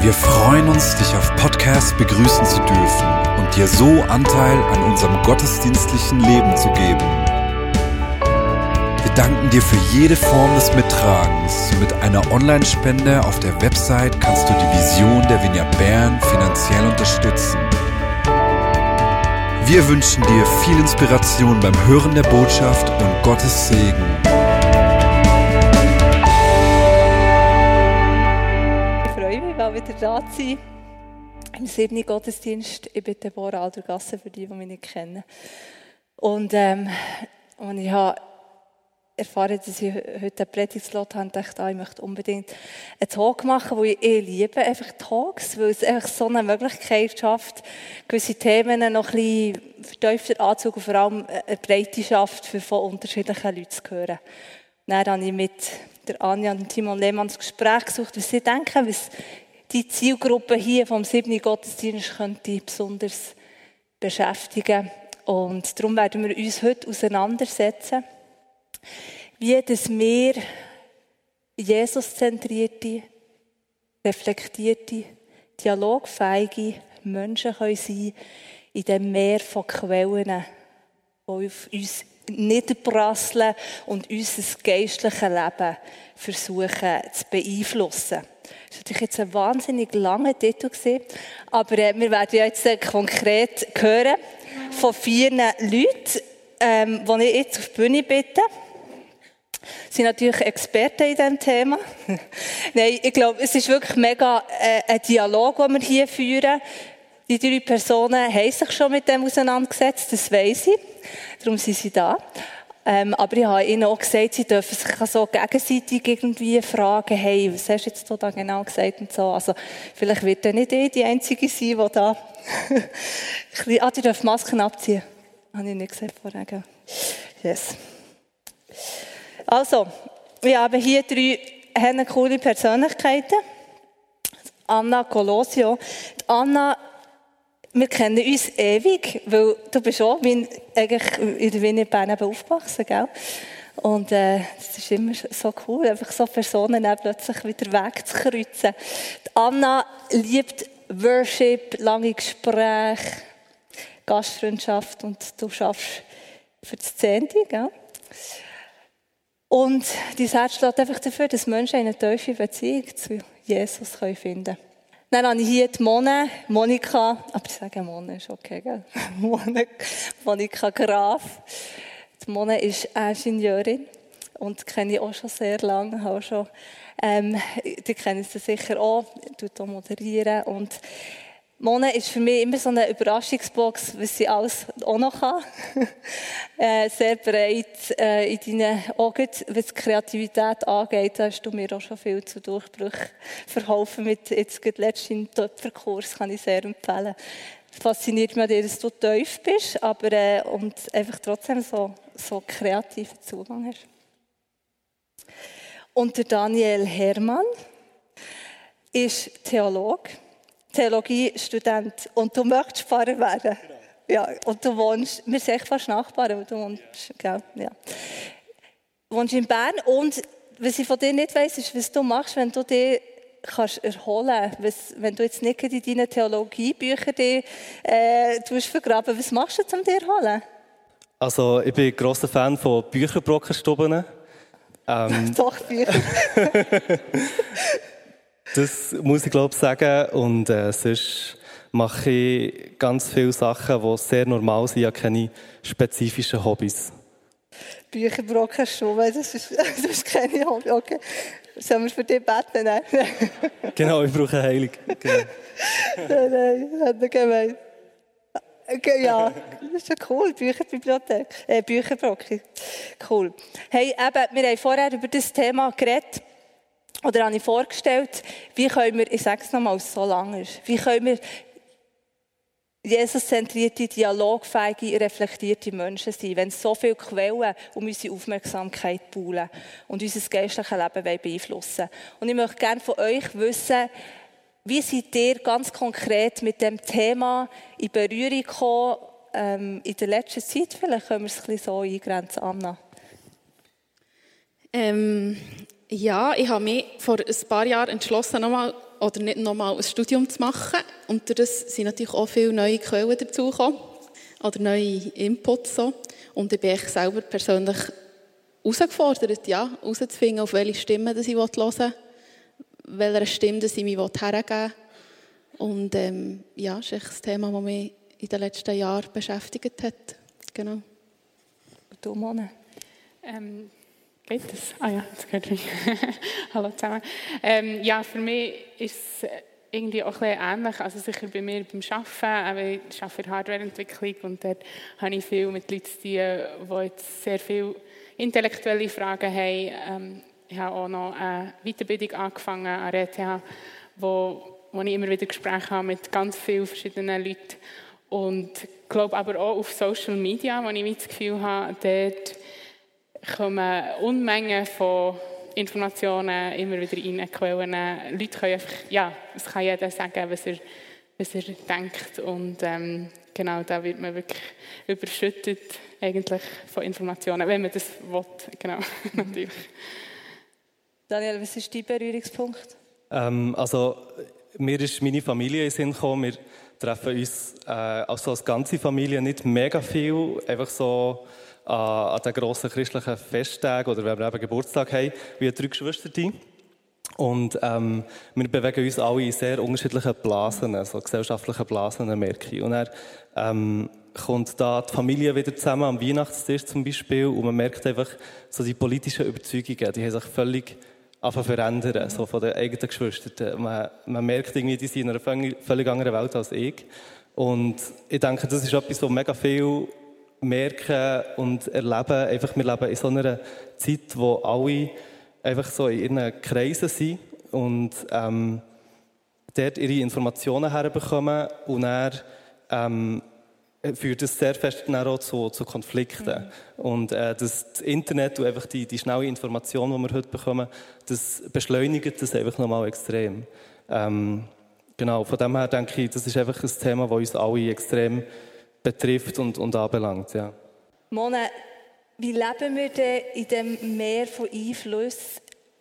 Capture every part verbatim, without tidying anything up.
Wir freuen uns, dich auf Podcast begrüßen zu dürfen und dir so Anteil an unserem gottesdienstlichen Leben zu geben. Wir danken dir für jede Form des Mittragens. Mit einer Online-Spende auf der Website kannst du die Vision der Vineyard Bern finanziell unterstützen. Wir wünschen dir viel Inspiration beim Hören der Botschaft und Gottes Segen. Wieder da zu sein im siebten Gottesdienst. Ich bin Deborah Aldergasser, für die, die mich nicht kennen. Und ähm, als ich habe erfahren, dass ich heute einen Predigtslot habe, dachte ich, ah, ich möchte unbedingt einen Talk machen, weil ich eh liebe, einfach Talks, weil es einfach so eine Möglichkeit schafft, gewisse Themen noch ein bisschen vertiefter anzugehen und vor allem eine Breite schafft, für von unterschiedlichen Leuten zu hören. Dann habe ich mit der Anja und Timon Lehmann das Gespräch gesucht, was sie denken, was die Zielgruppe hier vom siebten Gottesdienst könnte besonders beschäftigen. Und darum werden wir uns heute auseinandersetzen, wie dass wir Jesus-zentrierte, reflektierte, dialogfähige Menschen können sein in dem Meer von Quellen, die auf uns niederprasseln und unser geistliches Leben versuchen zu beeinflussen. Das war natürlich jetzt ein wahnsinnig langer Titel, aber äh, wir werden jetzt äh, konkret hören von vier Leuten, ähm, die ich jetzt auf die Bühne bitte. Sie sind natürlich Experten in diesem Thema. Nein, ich glaube, es ist wirklich mega äh, ein Dialog, den wir hier führen. Die drei Personen haben sich schon mit dem auseinandergesetzt, das weiss ich. Darum sind sie da. Ähm, aber ich habe ihnen auch gesagt, sie dürfen sich so gegenseitig irgendwie fragen, hey, was hast du jetzt da genau gesagt und so. Also, vielleicht wird dann nicht ich die Einzige sein, die da ah, die dürfen Masken abziehen. Habe ich nicht gesagt vorher. Yes. Also, wir haben hier drei haben coole Persönlichkeiten. Anna Colosio. Die Anna, wir kennen uns ewig, weil du bist auch wie eigentlich in der Vineyard Bern aufgewachsen, gell? Und äh, das ist immer so cool, einfach so Personen dann plötzlich wieder Weg zu kreuzen. Die Anna liebt Worship, lange Gespräche, Gastfreundschaft und du schaffst für das Zehnte, gell? Und dein Herz schlägt einfach dafür, dass Menschen eine tiefe Beziehung zu Jesus finden können. Dann habe ich hier die Mone, Monika, aber ich sage Mone, ist okay, gell? Monika Graf. Die Mone ist Ingenieurin und kenne ich auch schon sehr lange. Auch schon, ähm, die kennen sie sicher auch, tut auch moderieren. Und Mone ist für mich immer so eine Überraschungsbox, was sie alles auch noch kann. äh, sehr breit äh, in deinen Augen, was Kreativität angeht. Da hast du mir auch schon viel zu Durchbrüchen verholfen. Mit jetzt gerade letzten Töpferkurs kann ich sehr empfehlen. Es fasziniert mich an dir, dass du tief bist, aber äh, und einfach trotzdem so, so kreativen Zugang hast. Und der Daniel Hermann ist Theologe. Theologiestudent und du möchtest Pfarrer werden. Genau. Ja, und du wohnst, wir sind echt fast Nachbarn, du wohnst, gell, ja. Du wohnst in Bern und was ich von dir nicht weiss, ist, was du machst, wenn du dich kannst erholen kannst. Wenn du jetzt nicht in deinen Theologiebüchern dich äh, vergraben, was machst du, um dich zu erholen? Also, ich bin ein grosser Fan von Bücherbrockenstuben. Ähm, Doch, Bücher. Das muss ich, glaube ich, sagen. Und äh, sonst mache ich ganz viele Sachen, die sehr normal sind. Ich habe keine spezifischen Hobbys. Bücherbrocken schon, das ist, das ist keine Hobby. Okay. Sollen wir für dich beten? Nein. Genau, ich brauche eine Heilung. Genau. Nein, nein, das hat er gemeint. Okay, ja, das ist ja cool, Bücherbibliothek, äh, Bücherbrocken. Cool. Hey, eben, wir haben vorher über das Thema geredet. Oder habe ich vorgestellt, wie können wir, ich sage es nochmal, so lange ist, wie können wir Jesus-zentrierte, dialogfähige, reflektierte Menschen sein, wenn so viele Quellen um unsere Aufmerksamkeit poolen und unser geistliches Leben beeinflussen wollen. Und ich möchte gerne von euch wissen, wie seid ihr ganz konkret mit dem Thema in Berührung gekommen, ähm, in der letzten Zeit? Vielleicht können wir es ein bisschen so eingrenzen, Anna. Ähm... Ja, ich habe mich vor ein paar Jahren entschlossen, nochmal oder nicht nochmal ein Studium zu machen. Und durch das sind natürlich auch viele neue Quellen dazugekommen oder neue Inputs. So. Und ich bin ich selber persönlich herausgefordert, ja, herauszufinden, auf welche Stimme ich hören will, welcher Stimme ich mich hergeben will. Und ähm, ja, das ist echt das Thema, das mich in den letzten Jahren beschäftigt hat. Genau. Und du, Mona? Ähm, geht das? Ah ja, das gehört mich. Hallo zusammen. Ähm, ja, für mich ist es irgendwie auch ein bisschen ähnlich. Also sicher bei mir beim Arbeiten, ich arbeite in der Hardwareentwicklung und dort habe ich viel mit Leuten zu tun, die jetzt sehr viele intellektuelle Fragen haben. Ähm, ich habe auch noch eine Weiterbildung angefangen an der E T H, wo, wo ich immer wieder Gespräche habe mit ganz vielen verschiedenen Leuten. Und ich glaube aber auch auf Social Media, wo ich das Gefühl habe, dort kommen Unmengen von Informationen immer wieder rein, Quellen. Leute können einfach, ja, es kann jeder sagen, was er, was er denkt. Und ähm, genau, da wird man wirklich überschüttet eigentlich von Informationen, wenn man das will. Genau, natürlich. Daniel, was ist dein Berührungspunkt? Ähm, also, mir ist meine Familie in den Sinn gekommen. Wir treffen uns äh, also als ganze Familie nicht mega viel, einfach so äh, an den grossen christlichen Festtagen oder wenn wir eben Geburtstag haben, wie drei Geschwister. Und ähm, wir bewegen uns alle in sehr unterschiedlichen Blasen, also gesellschaftlichen Blasen, merke ich. Und dann ähm, kommt da die Familie wieder zusammen am Weihnachtstisch zum Beispiel und man merkt einfach, so die politischen Überzeugungen, die haben sich völlig anfangen verändern, so von den eigenen Geschwistern. Man, man merkt irgendwie, die sind in einer völlig anderen Welt als ich. Und ich denke, das ist etwas, was mega viel merken und erleben. Einfach, wir leben in so einer Zeit, wo alle einfach so in ihren Kreisen sind und ähm, dort ihre Informationen herbekommen und dann ähm, führt das sehr fest dann auch zu, zu Konflikten. Mhm. Und äh, das Internet und einfach die, die schnelle Information, die wir heute bekommen, das beschleunigt das einfach nochmal extrem. Ähm, genau, von dem her denke ich, das ist einfach ein Thema, das uns alle extrem betrifft und, und anbelangt. Ja. Mona, wie leben wir denn in diesem Meer von Einfluss?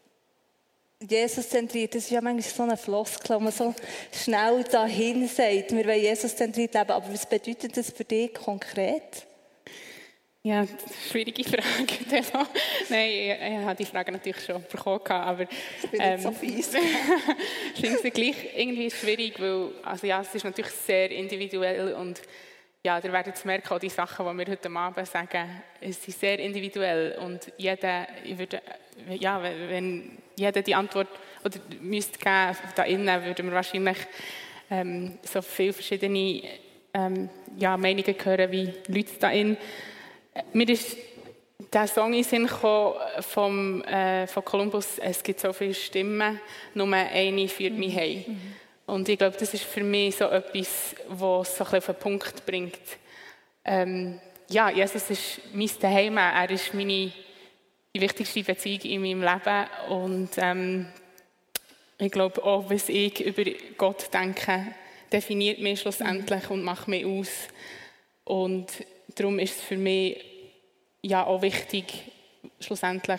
Jesus zentriert, das ist ja manchmal so eine Floskel, wo man so schnell dahin sagt, wir wollen Jesus zentriert leben, aber was bedeutet das für dich konkret? Ja, schwierige Frage. Nein, ich, ich habe die Frage natürlich schon bekommen, aber ich bin ähm, nicht so fies. Ich finde es gleich irgendwie schwierig, weil also ja, es ist natürlich sehr individuell und ja, ihr werdet merken, auch die Sachen, die wir heute Abend sagen, es sind sehr individuell und jeder, ich würde, ja, wenn jeder die Antwort oder müsste geben, da innen würden wir wahrscheinlich ähm, so viele verschiedene ähm, ja, Meinungen hören wie Leute da innen. Mir ist der Song in den Sinn gekommen vom, äh, von Columbus, es gibt so viele Stimmen, nur eine führt mich mhm. heim. Mhm. Und ich glaube, das ist für mich so etwas, was es so ein bisschen auf den Punkt bringt. Ähm, ja, Jesus ist mein Zuhause, er ist meine die wichtigste Beziehung in meinem Leben. Und ähm, ich glaube auch, was ich über Gott denke, definiert mich schlussendlich und macht mich aus. Und darum ist es für mich ja auch wichtig, schlussendlich,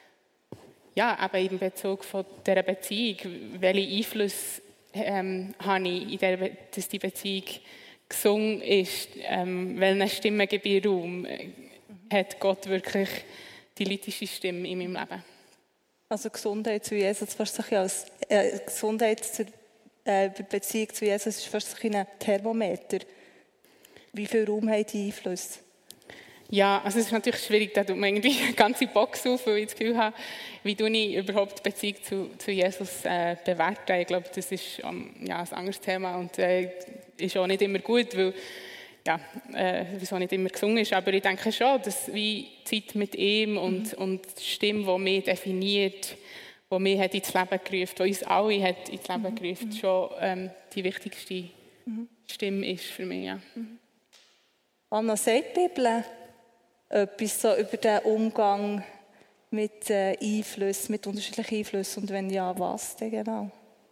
ja, eben in Bezug von dieser Beziehung, welche Einfluss ähm, habe ich, in der, dass die Beziehung gesungen ist, ähm, welche Stimme gebe ich Raum, hat Gott wirklich die litische Stimme in meinem Leben. Also Gesundheit zu Jesus, fast so als äh, Gesundheit zur äh, Beziehung zu Jesus ist fast so ein Thermometer. Wie viel Raum hat die Einfluss? Ja, also es ist natürlich schwierig, da tut man irgendwie eine ganze Box auf, weil ich das Gefühl habe, wie tue ich überhaupt die Beziehung zu, zu Jesus äh, bewerten. Ich glaube, das ist ähm, ja, ein anderes Thema und äh, ist auch nicht immer gut, weil ja, äh, wieso nicht immer gesungen ist. Aber ich denke schon, dass wie Zeit mit ihm und, mhm. und die Stimme, die mich definiert, die mich hat ins Leben gerufen, die uns alle hat ins Leben mhm. gerufen, schon ähm, die wichtigste mhm. Stimme ist für mich. Ja. Mhm. Anna, sagt die Bibel etwas so über den Umgang mit äh, Einflüssen, mit unterschiedlichen Einflüssen und wenn ja, was denn genau?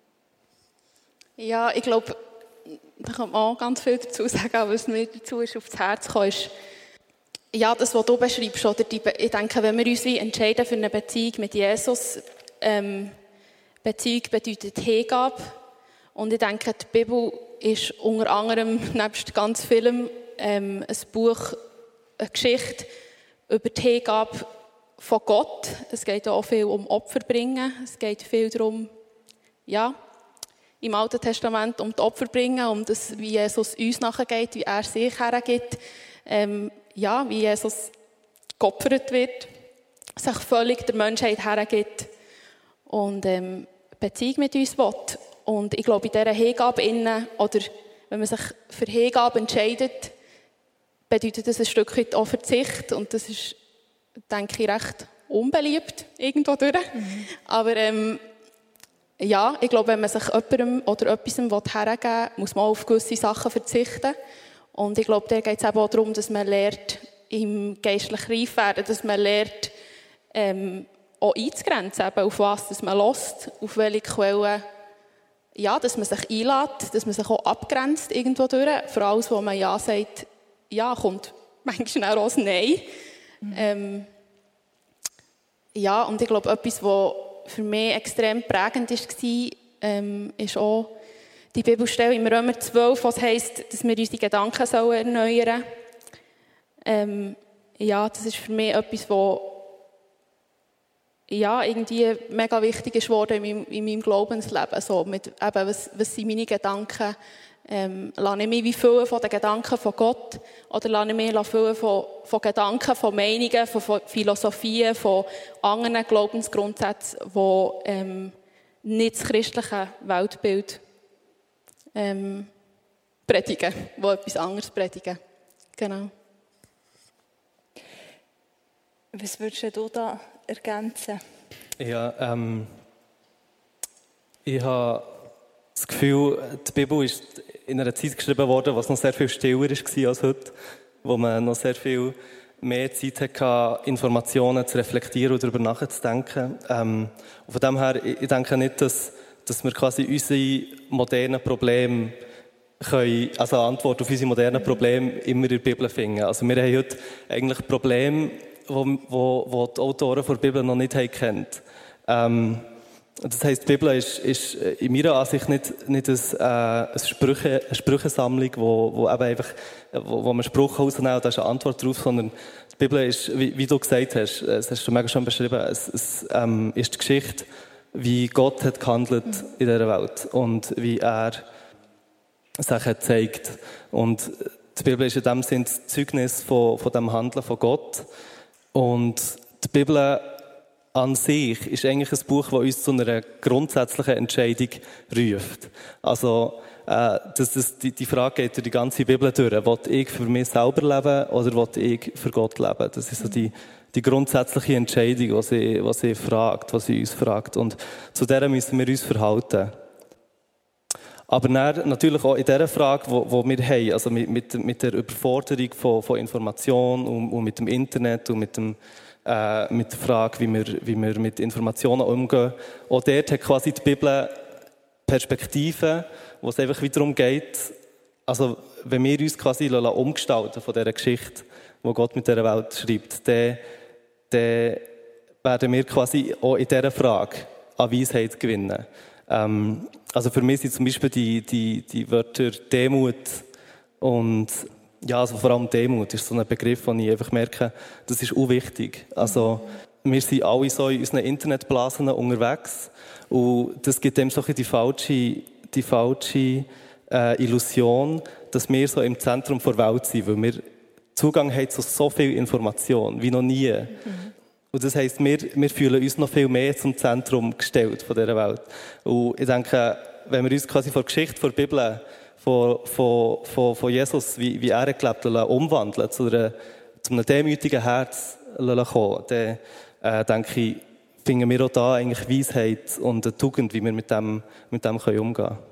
Ja, ich glaube, da kann man auch ganz viel dazu sagen, aber was mir dazu ist aufs Herz gekommen ist, ja, das, was du beschreibst, oder die, ich denke, wenn wir uns wie entscheiden für eine Beziehung mit Jesus, ähm, Beziehung bedeutet Hingabe. Und ich denke, die Bibel ist unter anderem, nebst ganz vielem, ähm, ein Buch, eine Geschichte über die Hingabe von Gott. Es geht auch viel um Opferbringen. Es geht viel darum, ja, im Alten Testament um die Opferbringen, um das, wie Jesus uns nachgeht, wie er sich hergibt, ähm, ja, wie Jesus geopfert wird, sich völlig der Menschheit hergibt und ähm, Beziehung mit uns will. Und ich glaube, in dieser Hingabe innen, oder wenn man sich für Hingabe entscheidet, bedeutet das ein Stück weit auch Verzicht. Und das ist, denke ich, recht unbeliebt irgendwo durch. Mhm. Aber ähm, ja, ich glaube, wenn man sich jemandem oder etwas hergeben will, muss man auch auf gewisse Sachen verzichten. Und ich glaube, da geht es eben auch darum, dass man lernt, im geistlichen reif werden, dass man lernt, ähm, auch einzugrenzen, eben auf was dass man hört, auf welche Quellen, ja, dass man sich einlädt, dass man sich auch abgrenzt irgendwo durch. Für alles, wo man Ja sagt, ja, kommt manchmal auch ein Nein. Mhm. Ähm, ja, und ich glaube, etwas, was für mich extrem prägend war, ähm, ist auch die Bibelstelle im Römer zwölf, was heisst, dass wir unsere Gedanken sollen erneuern sollen. Ähm, ja, das ist für mich etwas, was ja, irgendwie mega wichtig ist geworden in meinem, in meinem Glaubensleben. So, mit, eben, was, was sind meine Gedanken? Ähm, lasse ich mich wie füllen von den Gedanken von Gott? Oder lasse ich mich füllen von, von Gedanken, von Meinungen, von, von Philosophien, von anderen Glaubensgrundsätzen, die ähm, nicht das christliche Weltbild ähm, predigen, die etwas anderes predigen. Genau. Was würdest du da ergänzen? Ja, ähm, ich habe das Gefühl, die Bibel ist in einer Zeit geschrieben worden, was noch sehr viel stiller war als heute, wo man noch sehr viel mehr Zeit hatte, Informationen zu reflektieren und darüber nachzudenken. Ähm, und von dem her, ich denke nicht, dass, dass wir quasi unsere modernen Probleme können, also eine Antwort auf unsere modernen Probleme immer in der Bibel finden. Also wir haben heute eigentlich Probleme, wo, wo, wo die Autoren der Bibel noch nicht kennt. Ähm, das heisst, die Bibel ist, ist in meiner Ansicht nicht, nicht ein, äh, eine, Sprüche, eine Sprüchensammlung, wo, wo, eben einfach, wo, wo man Spruch rausnehmen und da ist eine Antwort drauf, sondern die Bibel ist, wie, wie du gesagt hast, das hast du mega schön beschrieben, es, es ähm, ist die Geschichte, wie Gott hat gehandelt in dieser Welt und wie er sich hat gezeigt. Und die Bibel ist in dem Sinne das Zeugnis von, von dem Handeln von Gott. Und die Bibel an sich ist eigentlich ein Buch, das uns zu einer grundsätzlichen Entscheidung ruft. Also, äh, das, das, die, die Frage geht durch die ganze Bibel durch. Will ich für mich selber leben oder will ich für Gott leben? Das ist so die, die grundsätzliche Entscheidung, die sie, die sie fragt, was sie uns fragt. Und zu der müssen wir uns verhalten. Aber dann natürlich auch in dieser Frage, die wir haben, also mit, mit, mit der Überforderung von, von Information und, und mit dem Internet und mit, dem, äh, mit der Frage, wie wir, wie wir mit Informationen umgehen. Auch dort hat quasi die Bibel Perspektiven, wo es einfach wiederum geht, also wenn wir uns quasi umgestalten von dieser Geschichte, die Gott mit dieser Welt schreibt, dann, dann werden wir quasi auch in dieser Frage an Weisheit gewinnen. Ähm, also für mich sind zum Beispiel die, die, die Wörter Demut und ja, also vor allem Demut ist so ein Begriff, wo ich einfach merke, das ist unwichtig. Also wir sind alle so in unseren Internetblasen unterwegs und das gibt dem so die falsche, die falsche äh, Illusion, dass wir so im Zentrum der Welt sind, weil wir Zugang haben zu so viel Information wie noch nie. Mhm. Und das heisst, wir, wir fühlen uns noch viel mehr zum Zentrum gestellt von dieser Welt. Und ich denke, wenn wir uns quasi von der Geschichte, von der Bibel, von, von, von, von Jesus, wie, wie er gelebt hat, umwandeln, zu, einer, zu einem demütigen Herz kommen, dann äh, denke ich, finden wir auch da eigentlich Weisheit und eine Tugend, wie wir mit dem, mit dem können umgehen können.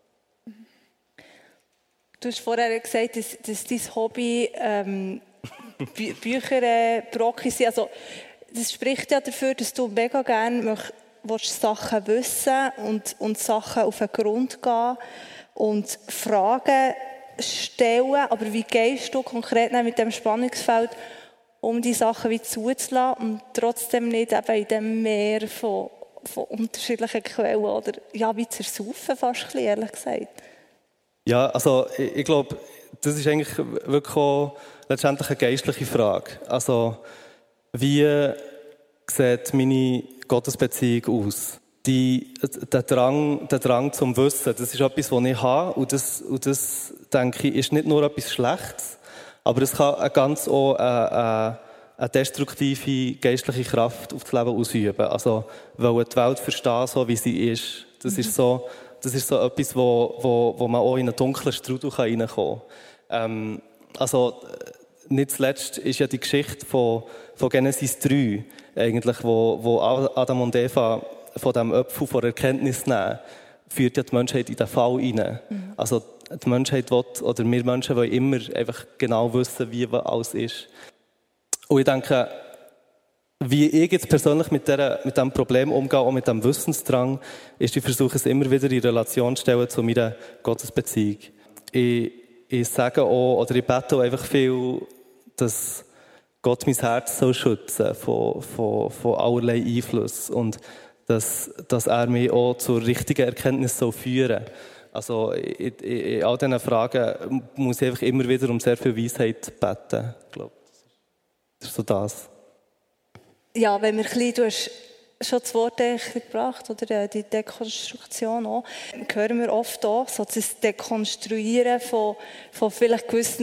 Du hast vorher gesagt, dass, dass dein Hobby ähm, Bü- Bücher äh, Brocki sind. Also, das spricht ja dafür, dass du mega gerne willst Sachen wissen und, und Sachen auf den Grund gehen und Fragen stellen. Aber wie gehst du konkret mit dem Spannungsfeld, um die Sachen wie zuzulassen und trotzdem nicht eben in dem Meer von von unterschiedlichen Quellen oder ja, wie zu ersaufen, fast ein bisschen, ehrlich gesagt. Ja, also ich, ich glaube, das ist eigentlich wirklich auch letztendlich eine geistliche Frage. Also, wie sieht meine Gottesbeziehung aus? Die, der, Drang, der Drang zum Wissen, das ist etwas, was ich habe. Und das, und das denke ich, ist nicht nur etwas Schlechtes, aber es kann ganz auch eine, eine, eine destruktive geistliche Kraft auf das Leben ausüben. Also, weil die Welt verstehen, so wie sie ist. Das mhm. ist so, das ist so etwas, wo, wo, wo man auch in einen dunklen Strudel reinkommen kann. Ähm, also, nicht zuletzt ist ja die Geschichte von, von Genesis drei, eigentlich, wo, wo Adam und Eva von diesem Apfel von Erkenntnis nehmen, führt ja die Menschheit in den Fall hinein. Mhm. Also die Menschheit will, oder wir Menschen wollen immer einfach genau wissen, wie alles ist. Und ich denke, wie ich jetzt persönlich mit, dieser, mit diesem Problem umgehe, auch mit diesem Wissensdrang, ist, ich versuche es immer wieder in Relation zu stellen zu meiner Gottesbeziehung. Ich, ich sage auch, oder ich bete auch einfach viel, dass Gott mein Herz soll schützen von, von, von allerlei Einfluss und dass, dass er mich auch zur richtigen Erkenntnis soll führen soll. Also in, in, in all diesen Fragen muss ich einfach immer wieder um sehr viel Weisheit beten. Ich glaube, das ist so das. Ja, wenn wir ein bisschen, du hast schon das Wort gebracht, oder die Dekonstruktion auch, hören wir oft auch, so das Dekonstruieren von, von vielleicht gewissen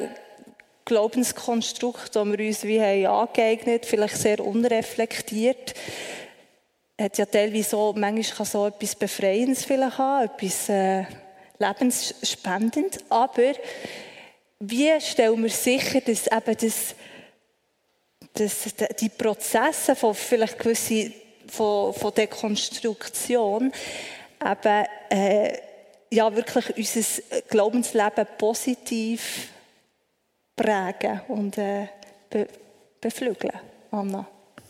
Glaubenskonstrukten, die wir uns wie haben angeeignet, vielleicht sehr unreflektiert. Hat ja teilweise auch, manchmal kann so etwas Befreiendes vielleicht haben, etwas äh, Lebensspendendes. Aber wie stellen wir sicher, dass eben das, das, die Prozesse von vielleicht gewisse, von, von Dekonstruktion eben äh, ja wirklich unser Glaubensleben positiv prägen und äh, be, beflügeln? Anna?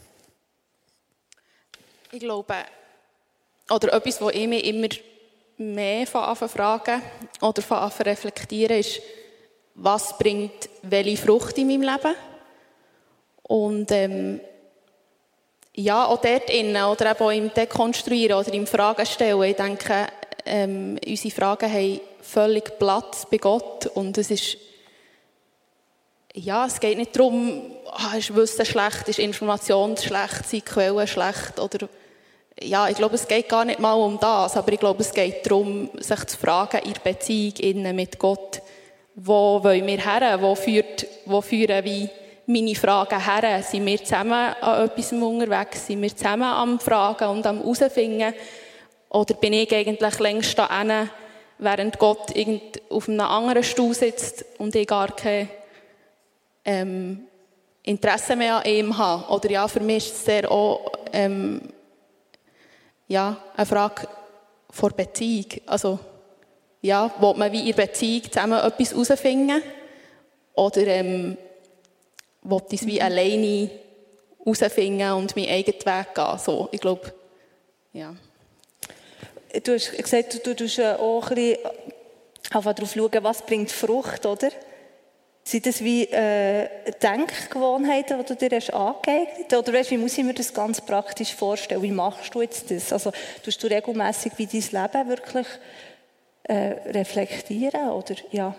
Ich glaube, oder etwas, was ich mich immer mehr von Anfang fragen oder von Anfang reflektieren, ist, was bringt welche Frucht in meinem Leben? Und ähm, ja, auch dort innen, oder eben auch im Dekonstruieren oder im Fragen stellen. Ich denke, ähm, unsere Fragen haben völlig Platz bei Gott und es ist ja, es geht nicht darum, ah, ist Wissen schlecht, ist Information schlecht, sind Quellen schlecht oder ja, ich glaube, es geht gar nicht mal um das, aber ich glaube, es geht darum, sich zu fragen in der Beziehung innen mit Gott, wo wollen wir her, wo, führt, wo führen wie meine Fragen her, sind wir zusammen an etwas unterwegs, sind wir zusammen am Fragen und am Herausfinden oder bin ich eigentlich längst da hinten, während Gott irgend auf einem anderen Stuhl sitzt und ich gar kein ähm, Interesse mehr an ihm habe. Oder ja, für mich ist es sehr auch ähm, ja, eine Frage vor Beziehung. Also, ja, will man wie in der Beziehung zusammen etwas herausfinden? Oder ähm, will ich es wie mhm. alleine herausfinden und meinen eigenen Weg gehen? So, ich glaube, ja. Du hast gesagt, du tust auch ein bisschen darauf schauen, was bringt Frucht, oder? Sind das wie äh, Denkgewohnheiten, die du dir hast angeeignet hast? Oder weißt, wie muss ich mir das ganz praktisch vorstellen? Wie machst du jetzt das? Also, tust du regelmässig wie dein Leben wirklich äh, reflektieren? Oder, ja.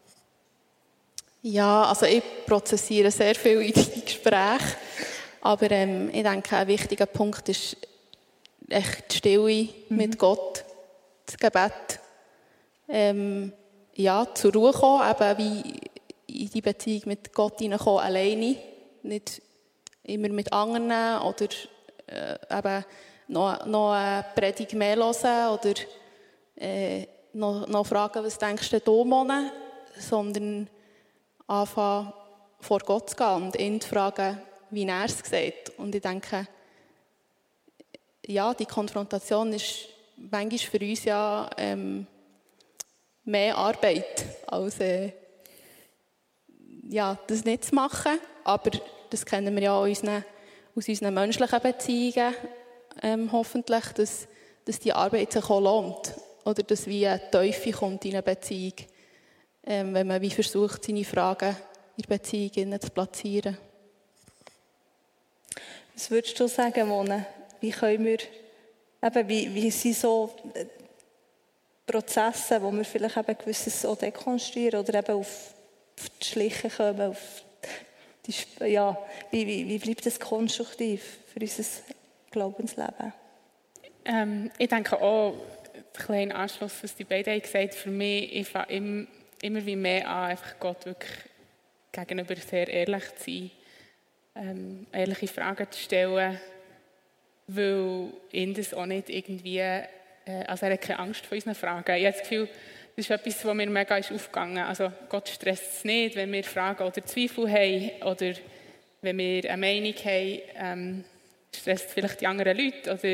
ja, also ich prozessiere sehr viel in die Gespräche. Aber ähm, ich denke, ein wichtiger Punkt ist echt die Stille mhm. mit Gott, das Gebet. Ähm, ja, zur Ruhe kommen, eben wie in die Beziehung mit Gott hineinkommen, alleine, nicht immer mit anderen oder äh, eben noch, noch eine Predigt mehr hören oder äh, noch, noch fragen, was denkst du, Mona? Sondern anfangen, vor Gott zu gehen und ihn zu fragen, wie er es sieht. Und ich denke, ja, die Konfrontation ist manchmal für uns ja ähm, mehr Arbeit als äh, ja, das nicht zu machen, aber das kennen wir ja aus unseren, aus unseren menschlichen Beziehungen ähm, hoffentlich, dass, dass die Arbeit sich auch lohnt oder dass wie eine Teufel kommt in eine Beziehung, ähm, wenn man wie versucht, seine Fragen in der Beziehung zu platzieren. Was würdest du sagen, Mona? Wie können wir eben, wie, wie sind so Prozesse, wo wir vielleicht eben gewisses so dekonstruieren oder eben auf, auf die Schliche kommen, auf die, ja, wie, wie, wie bleibt das konstruktiv für unser Glaubensleben? Ähm, ich denke auch, ein kleiner Anschluss, was die beiden haben gesagt, für mich, ich fange immer, immer wie mehr an, einfach Gott wirklich gegenüber sehr ehrlich zu sein, ähm, ehrliche Fragen zu stellen, weil ihn das auch nicht irgendwie, äh, also er hat keine Angst vor unseren Fragen. Ich habe das Gefühl, das ist etwas, was mir mega ist aufgegangen. Also Gott stresst es nicht, wenn wir Fragen oder Zweifel haben oder wenn wir eine Meinung haben, ähm, stresst es vielleicht die anderen Leute oder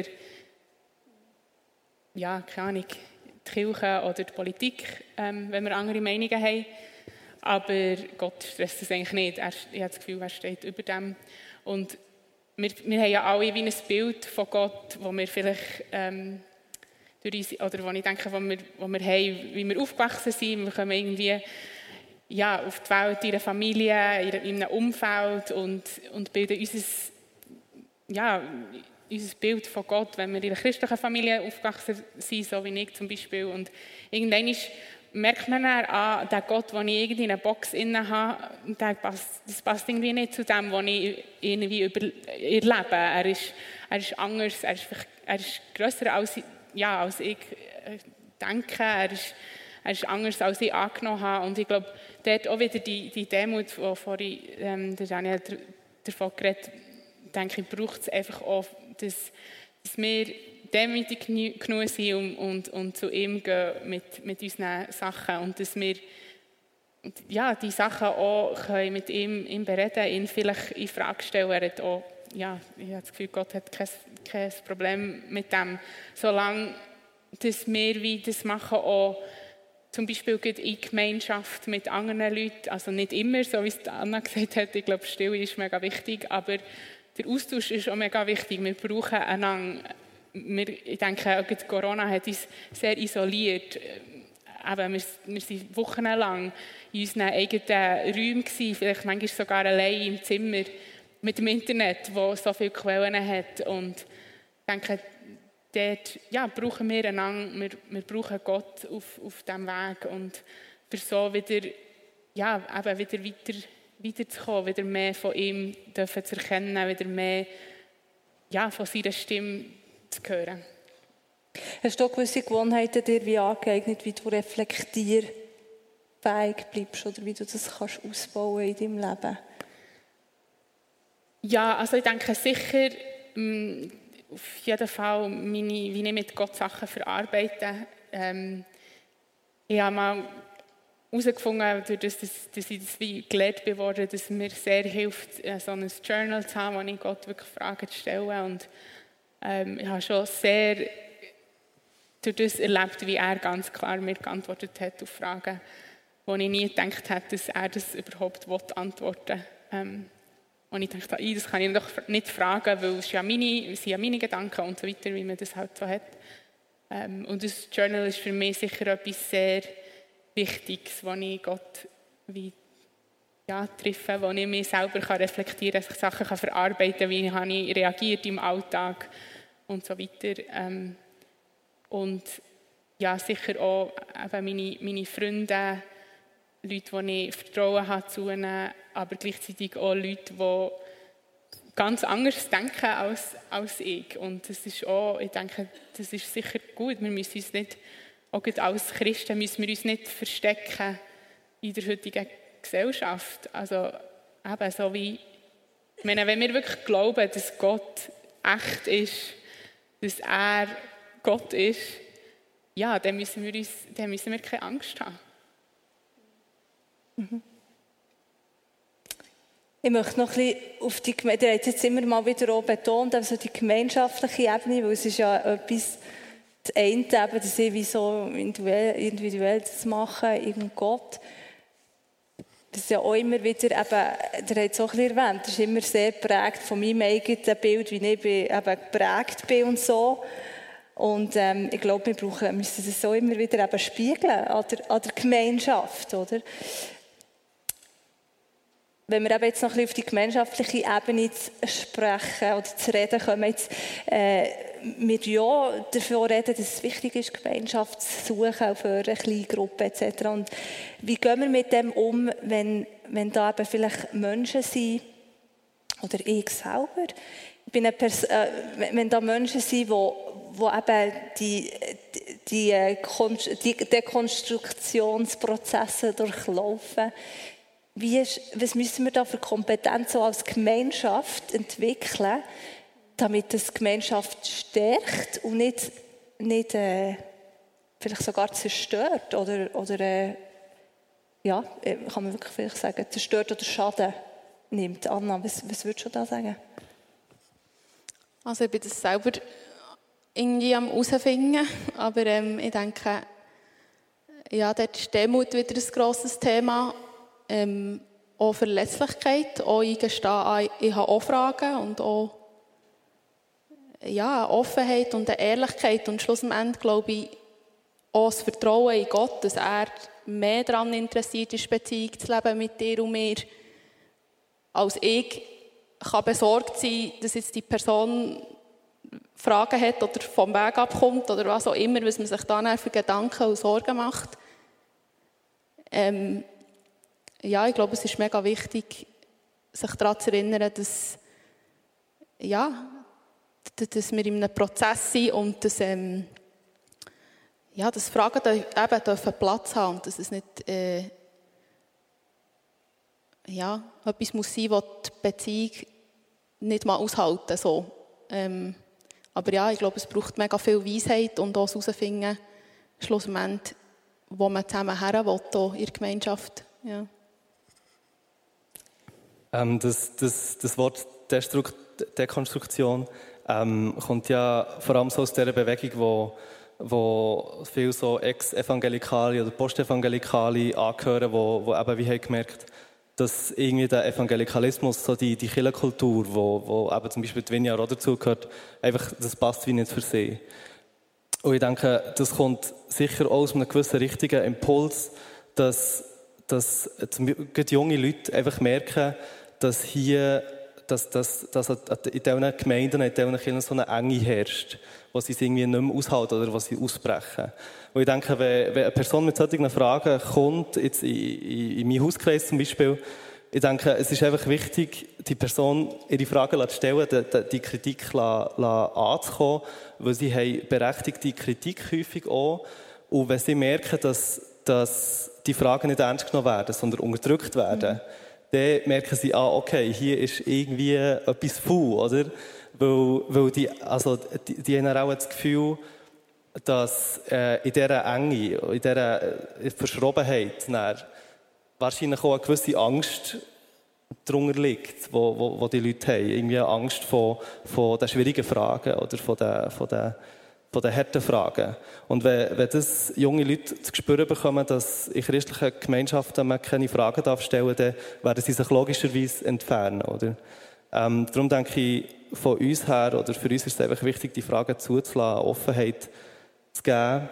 ja, keine Ahnung, die Kirche oder die Politik, ähm, wenn wir andere Meinungen haben. Aber Gott stresst das eigentlich nicht. Er, ich habe das Gefühl, er steht über dem. Und wir, wir haben ja alle wie ein Bild von Gott, wo wir vielleicht ähm, durch uns, oder wo ich denke, wo wir, wo wir haben, wie wir aufgewachsen sind. Wir kommen irgendwie ja, auf die Welt in einer Familie, in einem Umfeld und, und bilden unser, ja, unser Bild von Gott, wenn wir in einer christlichen Familie aufgewachsen sind, so wie ich zum Beispiel. Und irgendwann ist, merkt man dann an, der Gott, den ich irgendwie in einer Box inne habe, der passt, das passt irgendwie nicht zu dem, was ich irgendwie über, erlebe. Er ist, er ist anders, er ist, er ist grösser als, ja, als ich denke, er ist, er ist anders, als ich angenommen habe. Und ich glaube, dort auch wieder die, die Demut, die vorhin ähm, der Daniel davon geredet hat, denke ich, braucht es einfach auch, dass, dass wir demütig genug sind und, und, und zu ihm gehen mit, mit unseren Sachen und dass wir ja, die Sachen auch können mit ihm, ihm bereden, ihn vielleicht in Frage stellen. Er hat auch, ja, ich habe das Gefühl, Gott hat kein, kein Problem mit dem, solange dass wir wie das machen, auch zum Beispiel in Gemeinschaft mit anderen Leuten, also nicht immer, so wie es Anna gesagt hat, ich glaube, Stille ist mega wichtig, aber der Austausch ist auch mega wichtig. Wir brauchen einander. Wir, ich denke, auch Corona hat uns sehr isoliert. Eben, wir, wir waren wochenlang in unseren eigenen Räumen gewesen, vielleicht manchmal sogar allein im Zimmer mit dem Internet, das so viele Quellen hat. Und ich denke, dort ja, brauchen wir einander, wir, wir brauchen Gott auf, auf diesem Weg. Und für so wieder, ja, eben wieder weiter weiterzukommen, wieder mehr von ihm dürfen zu erkennen, wieder mehr ja, von seiner Stimme zu hören. Hast du gewisse Gewohnheiten dir wie angeeignet, wie du reflektierfähig bleibst oder wie du das kannst ausbauen in deinem Leben? Ja, also ich denke sicher, mh, auf jeden Fall, meine, wie ich mit Gott Sachen verarbeite. Ähm, ich habe mal herausgefunden, dadurch, dass, dass ich das wie gelernt geworden, dass mir sehr hilft, so ein Journal zu haben, wo ich Gott wirklich Fragen zu stellen. Und ähm, ich habe schon sehr durch das erlebt, wie er ganz klar mir geantwortet hat auf Fragen, wo ich nie gedacht hätte, dass er das überhaupt antworten will. Ähm, und ich dachte, das kann ich doch nicht fragen, weil es ja meine, es sind ja meine Gedanken und so weiter, wie man das halt so hat. Ähm, und das Journal ist für mich sicher etwas sehr Wichtiges, wo ich Gott wie, ja, treffe, wo ich mich selber kann reflektieren kann, dass ich Sachen kann verarbeiten kann, wie habe ich reagiert im Alltag und so weiter. Ähm, und ja, sicher auch eben meine, meine Freunde, Leute, die ich Vertrauen habe zu ihnen, aber gleichzeitig auch Leute, die ganz anders denken als, als ich. Und das ist auch, ich denke, das ist sicher gut. Wir müssen uns nicht auch als Christen müssen wir uns nicht verstecken in der heutigen Gesellschaft. Also eben so wie, ich meine, wenn wir wirklich glauben, dass Gott echt ist, dass er Gott ist, ja, dann müssen wir, uns, dann müssen wir keine Angst haben. Mhm. Ich möchte noch ein bisschen auf die Gemeinde, ihr habt jetzt immer mal wieder auch betont, also die gemeinschaftliche Ebene, weil es ist ja etwas, das eine eben, dass ich wie so individuell, individuell das mache, in Gott. Das ist ja auch immer wieder, eben, der hat es auch ein bisschen erwähnt, das ist immer sehr geprägt von meinem eigenen Bild, wie ich eben geprägt bin und so. Und ähm, ich glaube, wir brauchen, müssen das so immer wieder eben spiegeln an der, an der Gemeinschaft, oder? Wenn wir eben jetzt noch ein bisschen auf die gemeinschaftliche Ebene zu sprechen oder zu reden kommen, jetzt, äh, wir ja davon reden, dass es wichtig ist, Gemeinschaft zu suchen, auch für eine kleine Gruppe et cetera. Und wie gehen wir mit dem um, wenn, wenn da eben vielleicht Menschen sind, oder ich selber, ich bin eine Pers- äh, wenn da Menschen sind, wo, wo eben die, die, die, die Dekonstruktionsprozesse durchlaufen, wie ist, was müssen wir da für Kompetenz so als Gemeinschaft entwickeln, damit das die Gemeinschaft stärkt und nicht, nicht äh, vielleicht sogar zerstört oder, oder äh, ja, kann man wirklich vielleicht sagen, zerstört oder Schaden nimmt. Anna, was, was würdest du da sagen? Also ich bin das selber irgendwie am herausfinden, aber ähm, ich denke, ja, dort ist Demut wieder ein grosses Thema. Ähm, auch Verletzlichkeit, auch eingestehen, ich habe auch Fragen und auch ja, eine Offenheit und eine Ehrlichkeit und schlussendlich glaube ich auch das Vertrauen in Gott, dass er mehr daran interessiert ist, Beziehung zu leben mit dir und mir, als ich kann besorgt sein, dass jetzt die Person Fragen hat oder vom Weg abkommt oder was auch immer, was man sich dann für Gedanken und Sorgen macht. Ähm, ja, ich glaube, es ist mega wichtig, sich daran zu erinnern, dass, ja, dass wir in einem Prozess sind und dass, ähm, ja, dass Fragen eben dürfen Platz haben und dass es nicht äh, ja, etwas muss sein, was die Beziehung nicht mal aushalten so. Ähm, aber ja, ich glaube, es braucht mega viel Weisheit und auch das herausfinden, schlussendlich, wo man zusammen her will, hier in der Gemeinschaft. Ja. Ähm, das, das, das Wort Destrukt, Dekonstruktion ähm, kommt ja vor allem so aus dieser Bewegung, wo, wo viele so Ex-Evangelikale oder Post-Evangelikale angehören, wo, wo eben wie haben gemerkt, dass irgendwie der Evangelikalismus, so die, die Kirchenkultur, wo, wo eben zum Beispiel die Vineyard auch dazugehört, einfach, das passt wie nicht für sie. Und ich denke, das kommt sicher auch aus einem gewissen richtigen Impuls, dass, dass die junge Leute einfach merken, dass hier, dass, dass, dass in diesen Gemeinden, in diesen Kirchen so eine Enge herrscht, wo sie es irgendwie nicht mehr aushalten oder wo sie ausbrechen. Und ich denke, wenn, wenn eine Person mit solchen Fragen kommt, jetzt in, in, in meinen Hauskreis zum Beispiel, ich denke, es ist einfach wichtig, die Person ihre Fragen zu stellen, die, die Kritik anzukommen, weil sie haben berechtigte Kritik häufig auch. Und wenn sie merken, dass, dass die Fragen nicht ernst genommen werden, sondern unterdrückt werden, mhm. dann merken sie, ah, okay, hier ist irgendwie etwas faul, oder? Weil, weil die, also, die, die haben auch das Gefühl, dass äh, in dieser Enge, in dieser äh, Verschrobenheit dann wahrscheinlich auch eine gewisse Angst darunter liegt, wo, wo, wo die Leute haben. Irgendwie eine Angst vor, vor den schwierigen Fragen oder von den, von den, von den harten Fragen. Und wenn, wenn das junge Leute zu spüren bekommen, dass in christlichen Gemeinschaften man keine Fragen darf stellen, dann werden sie sich logischerweise entfernen. Oder? Ähm, darum denke ich, von uns her, oder für uns ist es einfach wichtig, die Fragen zuzulassen, Offenheit zu geben.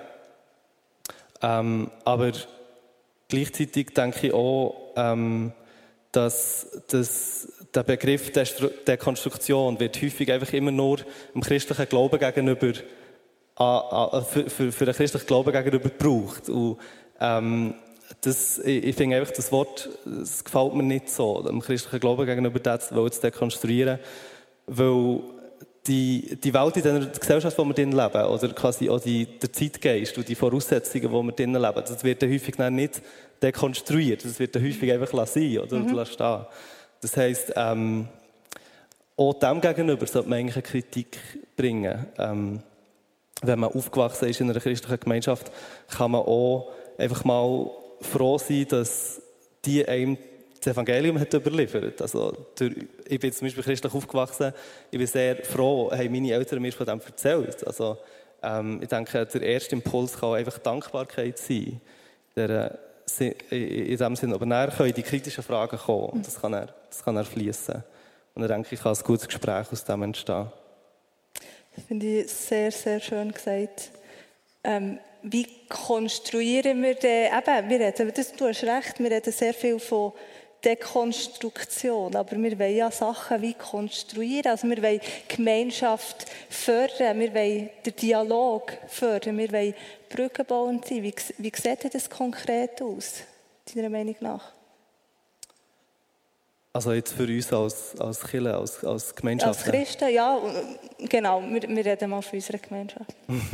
Ähm, aber gleichzeitig denke ich auch, ähm, dass, dass der Begriff der Dekonstruktion wird häufig einfach immer nur dem christlichen Glauben gegenüber, äh, für, für, für den christlichen Glauben gegenüber gebraucht. Und, ähm, das, ich, ich finde einfach, das Wort, das gefällt mir nicht so, dem christlichen Glauben gegenüber das zu dekonstruieren, weil die, die Welt in der Gesellschaft, in der wir leben, oder quasi auch die, der Zeitgeist und die Voraussetzungen, in der wir leben, das wird dann häufig nicht dekonstruiert. Das wird dann häufig einfach sein oder mhm. stehen. Das heisst, ähm, auch dem gegenüber sollte man eigentlich eine Kritik bringen. Ähm, wenn man aufgewachsen ist in einer christlichen Gemeinschaft, kann man auch einfach mal froh sein, dass die einem das Evangelium hat überliefert. Also, durch, ich bin zum Beispiel christlich aufgewachsen, ich bin sehr froh, haben meine Eltern mir von dem erzählt. Also, ähm, ich denke, der erste Impuls kann einfach Dankbarkeit sein. Der, in dem Sinne. Aber dann können die kritischen Fragen kommen und das kann er, das kann er fließen. Und dann denke ich, kann ein gutes Gespräch aus dem entstehen. Das finde ich sehr, sehr schön gesagt. Ähm, wie konstruieren wir denn, eben, wir reden, das, du hast recht, wir reden sehr viel von Dekonstruktion, aber wir wollen ja Sachen wie konstruieren. Also wir wollen Gemeinschaft fördern, wir wollen den Dialog fördern, wir wollen brückenbauend sein. Wie, wie sieht das konkret aus, deiner Meinung nach? Also jetzt für uns als, als Kirche, als, als Gemeinschaft? Als Christen, ja, genau. Wir, wir reden mal von unserer Gemeinschaft.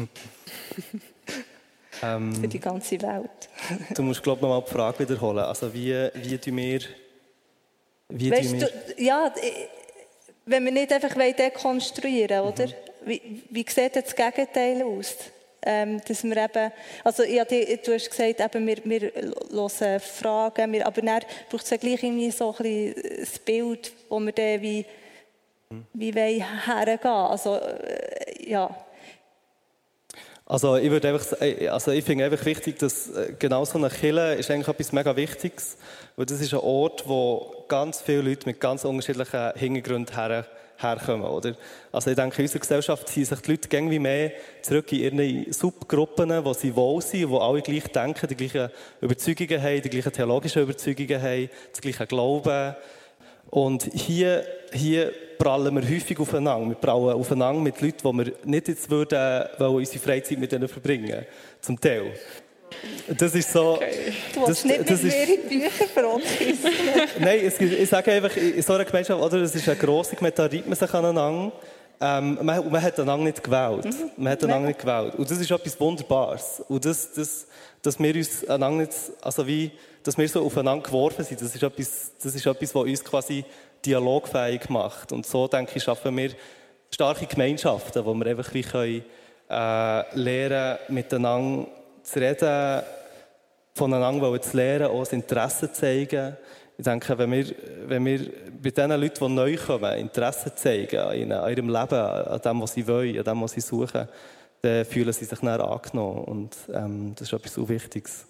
ähm, für die ganze Welt. Du musst, glaube ich, noch mal die Frage wiederholen. Also wie, wie tun wir... Wie weißt tun wir du, ja, wenn wir nicht einfach dekonstruieren wollen, oder? Mhm. Wie, wie sieht das Gegenteil aus? Ähm, dass wir eben, also ja, die, du hast gesagt, eben, wir, wir hören Fragen, wir, aber dann braucht es ja gleich irgendwie so ein bisschen das Bild, wo wir dann wie, wie wollen hergehen. Also, äh, ja. Also ich, würde einfach, also ich finde einfach wichtig, dass genau so eine Kirche ist eigentlich etwas mega Wichtiges, weil das ist ein Ort, wo ganz viele Leute mit ganz unterschiedlichen Hintergründen her herkommen, oder? Also ich denke, in unserer Gesellschaft ziehen sich die Leute irgendwie mehr zurück in ihre Subgruppen, wo sie wohl sind, wo alle gleich denken, die gleichen Überzeugungen haben, die gleichen theologischen Überzeugungen haben, das gleiche Glauben. Und hier, hier prallen wir häufig aufeinander. Wir prallen aufeinander mit Leuten, die wir nicht jetzt würden, wollen unsere Freizeit mit ihnen verbringen, zum Teil. Das ist so... Okay. Du willst nicht mit mir in die Bücher verordnen. Nein, es, ich sage einfach, in so einer Gemeinschaft, oder, es ist eine grosse Gemeinschaft, da reibt man sich aneinander. Ähm, man, man hat einander nicht gewählt. Mhm. Man hat einander nicht gewählt. Und das ist etwas Wunderbares. Und das, das, dass wir uns einander nicht, also wie, dass wir so aufeinander geworfen sind, das ist etwas, das ist etwas, was uns quasi dialogfähig macht. Und so, denke ich, schaffen wir starke Gemeinschaften, wo wir einfach wie können, äh, lernen, miteinander zu reden, voneinander zu lernen, auch das Interesse zu zeigen. Ich denke, wenn wir, wenn wir bei den Leuten, die neu kommen, Interesse zeigen an, ihnen, an ihrem Leben, an dem, was sie wollen, an dem, was sie suchen, dann fühlen sie sich dann angenommen. Und ähm, das ist etwas so Wichtiges.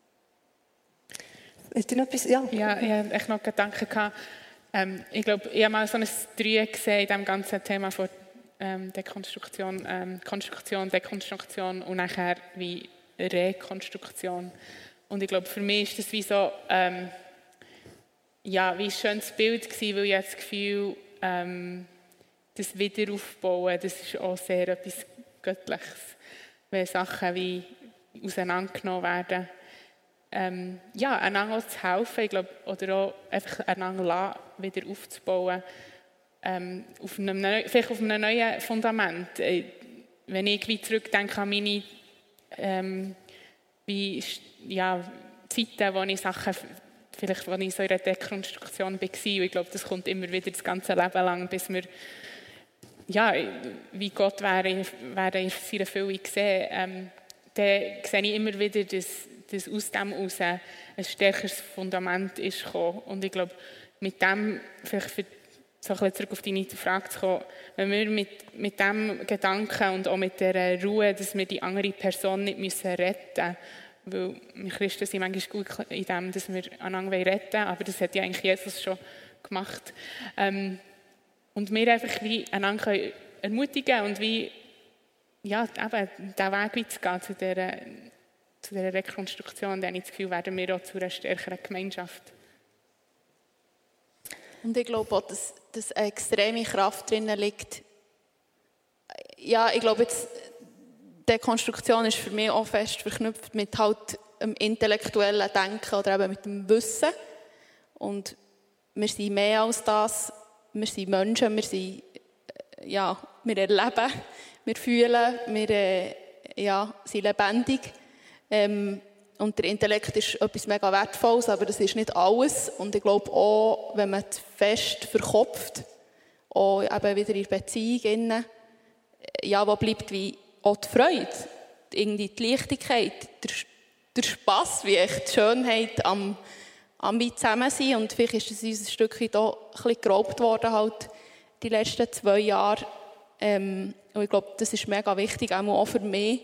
Hast du noch etwas? Ja, ja ich hatte echt noch Gedanken gehabt. Ähm, ich glaube, ich habe mal so ein Dreieck gesehen in diesem ganzen Thema von ähm, Dekonstruktion, ähm, Konstruktion, Dekonstruktion und nachher wie Rekonstruktion. Und ich glaube, für mich ist das wie so, ähm, ja, wie ein schönes Bild gewesen, weil ich das Gefühl, ähm, das Wiederaufbauen, das ist auch sehr etwas Göttliches, wenn Sachen wie auseinandergenommen werden. Ähm, ja, einander zu helfen, ich glaube, oder auch einfach einander wieder aufzubauen, ähm, auf einem, vielleicht auf einem neuen Fundament. Äh, wenn ich wie zurückdenke an meine ähm, wie, ja, Zeiten, wo ich Sachen, vielleicht, wo ich so in einer Dekonstruktion war, und ich glaube, das kommt immer wieder das ganze Leben lang, bis wir, ja, wie Gott wäre, wäre in seiner Fülle gesehen, ähm, dann sehe ich immer wieder, dass, dass aus dem heraus ein stärkeres Fundament ist gekommen. Und ich glaube, mit dem, vielleicht für so ein bisschen zurück auf deine Frage zu kommen, wenn wir mit, mit dem Gedanken und auch mit der Ruhe, dass wir die andere Person nicht müssen retten müssen, weil wir Christen sind manchmal gut in dem, dass wir einander retten wollen, aber das hat ja eigentlich Jesus schon gemacht. Ähm, und wir einfach wie einander können ermutigen und wie, ja, eben den Weg weiterzugehen zu dieser, zu dieser Rekonstruktion, dann habe ich das Gefühl, werden wir auch zu einer stärkeren Gemeinschaft. Und ich glaube auch, dass, dass eine extreme Kraft drin liegt. Ja, ich glaube, jetzt, die Dekonstruktion ist für mich auch fest verknüpft mit halt dem intellektuellen Denken oder eben mit dem Wissen. Und wir sind mehr als das. Wir sind Menschen, wir, sind, ja, wir erleben, wir fühlen, wir äh, ja, sind lebendig. Ähm, Und der Intellekt ist etwas mega Wertvolles, aber das ist nicht alles. Und ich glaube auch, wenn man fest verkopft, auch eben wieder in der Beziehung, ja, wo bleibt wie auch die Freude, irgendwie die Leichtigkeit, der, der Spass, wie echt die Schönheit am, am Zusammensein. Und vielleicht ist es uns ein Stückchen da ein bisschen geraubt worden, halt, die letzten zwei Jahre. Ähm, und ich glaube, das ist mega wichtig, auch für mich.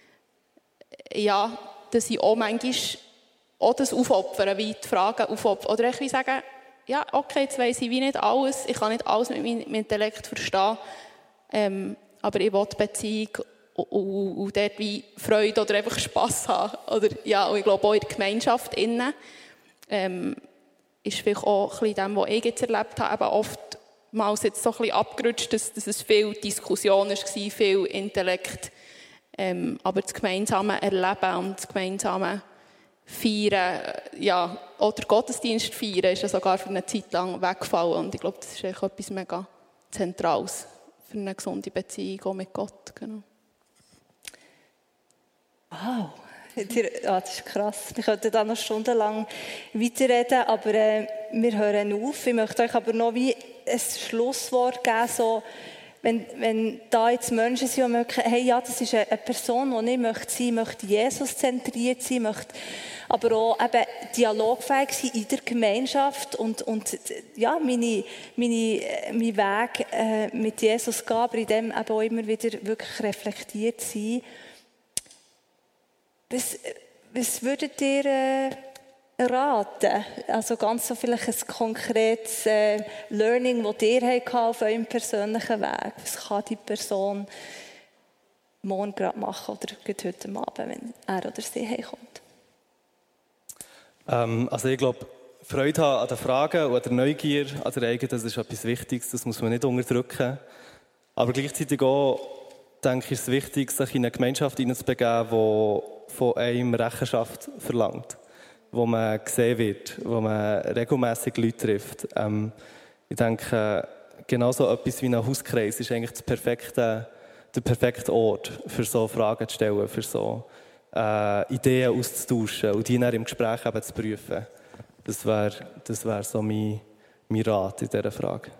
Ja, dass ich auch manchmal auch das aufopfern, wie die Fragen aufopfern. Oder ich will sagen, ja, okay, jetzt weiss ich wie nicht alles, ich kann nicht alles mit meinem Intellekt verstehen, ähm, aber ich will die Beziehung und, und, und dort wie Freude oder einfach Spass haben. Oder, ja, und ich glaube auch in der Gemeinschaft innen. Ähm, ist vielleicht auch ein bisschen dem, was ich jetzt erlebt habe, eben oftmals jetzt so ein bisschen abgerutscht, dass, dass es viel Diskussion war, viel Intellekt. Ähm, aber das gemeinsame Erleben und das gemeinsame Feiern, ja, oder Gottesdienst feiern, ist ja sogar für eine Zeit lang weggefallen. Und ich glaube, das ist eigentlich etwas mega Zentrales für eine gesunde Beziehung auch mit Gott. Genau. Wow, ja, das ist krass. Wir könnten da noch stundenlang weiterreden, aber äh, wir hören auf. Ich möchte euch aber noch wie ein Schlusswort geben, so, wenn, wenn da jetzt Menschen sind, die merken, hey, ja, das ist eine Person, die nicht möchte sein, möchte Jesus zentriert sein, möchte aber auch eben dialogfähig sein in der Gemeinschaft und, und ja, meine, meine, mein Weg äh, mit Jesus gehen, aber in dem eben auch immer wieder wirklich reflektiert sein. Was, was würdet ihr äh, raten? Also ganz so vielleicht ein konkretes äh, Learning, das ihr habt auf eurem persönlichen Weg. Was kann die Person morgen gerade machen oder heute Abend, wenn er oder sie heimkommt? Ähm, also ich glaube, Freude haben an den Fragen und an der Neugier an der eigenen, das ist etwas Wichtiges, das muss man nicht unterdrücken. Aber gleichzeitig auch, denke ich, ist es wichtig, sich in eine Gemeinschaft hineinzubegeben, die von einem Rechenschaft verlangt, wo man gesehen wird, wo man regelmässig Leute trifft. Ähm, ich denke, genauso etwas wie ein Hauskreis ist eigentlich das perfekte, der perfekte Ort, für so Fragen zu stellen, für so äh, Ideen auszutauschen und die dann im Gespräch eben zu prüfen. Das wäre das wär so mein, mein Rat in dieser Frage.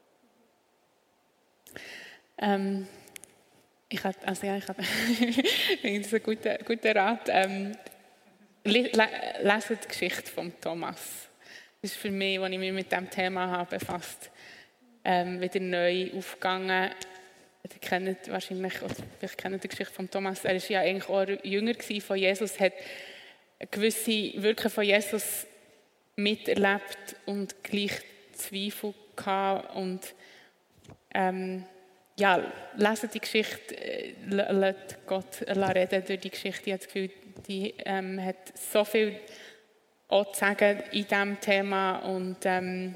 Ähm. Ich habe, also ja, ich habe das ist ein guter, guter Rat. Ähm, le, le, lesen die Geschichte von Thomas. Das ist für mich, als ich mich mit diesem Thema habe befasst, ähm, wieder neu aufgegangen. Ihr kennt wahrscheinlich, oder vielleicht kennt die Geschichte von Thomas. Er war ja eigentlich auch jünger von Jesus, hat gewisse Wirken von Jesus miterlebt und gleich Zweifel gehabt und ähm, ja, lesen die Geschichte, lasst Gott reden durch die Geschichte. Ich habe das Gefühl, die ähm, hat so viel auch zu sagen in diesem Thema. Und ähm,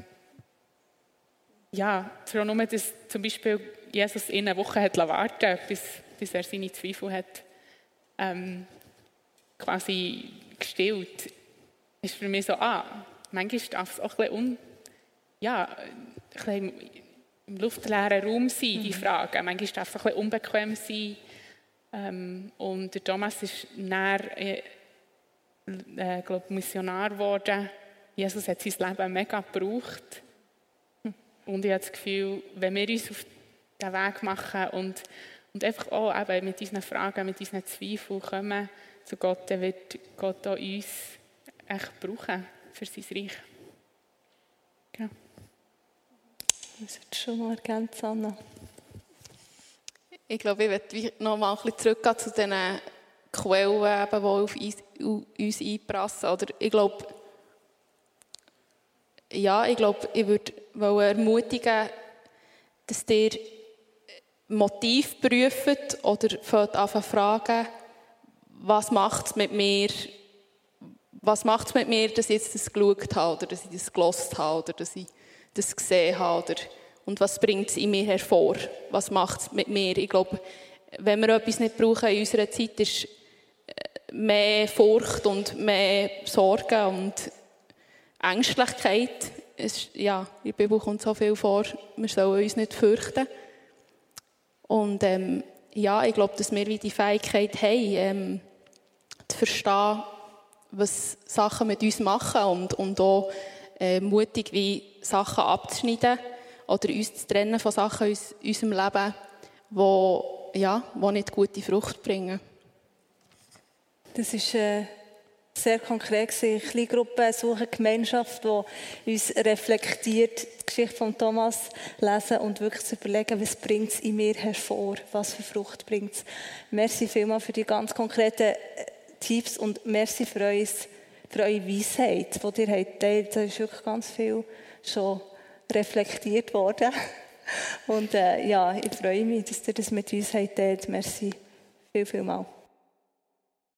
ja, schon nur, dass zum Beispiel Jesus in einer Woche hat warten bis, bis er seine Zweifel hat ähm, quasi gestillt, ist für mich so, ah, manchmal darf es auch ein bisschen, un, ja, ein bisschen im luftleeren Raum sein, die Frage. Manchmal darf es ein bisschen unbequem sein. Ähm, und der Thomas ist näher, äh, äh, glaub, Missionar geworden. Jesus hat sein Leben mega gebraucht. Und ich habe das Gefühl, wenn wir uns auf den Weg machen und, und einfach auch eben mit unseren Fragen, mit unseren Zweifeln kommen zu Gott, dann wird Gott auch uns echt brauchen für sein Reich. Genau. Das ist schon mal ganz Anna. Ich glaube, ich möchte noch mal ein bisschen zurückgehen zu den Quellen, die auf uns einprassen. Oder ich glaube, ja, ich glaube, ich würde ermutigen, dass ihr Motiv prüft oder fängt an zu fragen, was macht es mit mir, was macht es mit mir, dass ich jetzt das geschaut habe oder dass ich das gehört habe oder dass ich das gesehen habe. Oder, und was bringt es in mir hervor? Was macht es mit mir? Ich glaube, wenn wir etwas nicht brauchen in unserer Zeit, ist mehr Furcht und mehr Sorgen und Ängstlichkeit. Es, ja, in der Bibel kommt so viel vor, wir sollen uns nicht fürchten. Und ähm, ja, ich glaube, dass wir wie die Fähigkeit haben, ähm, zu verstehen, was Sachen mit uns machen und, und auch äh, mutig wie Sachen abzuschneiden oder uns zu trennen von Sachen in unserem Leben, die, ja, die nicht gute Frucht bringen. Das ist äh, sehr konkret gewesen. Kleingruppen suchen Gemeinschaft, die uns reflektiert, die Geschichte von Thomas lesen und wirklich zu überlegen, was bringt es in mir hervor, was für Frucht bringt es. Merci vielmals für die ganz konkreten Tipps und merci für, uns, für eure Weisheit, die ihr habt geteilt. Da ist wirklich ganz viel schon reflektiert worden. Und äh, ja, ich freue mich, dass ihr das mit uns habt geteilt. Merci viel, viel mal.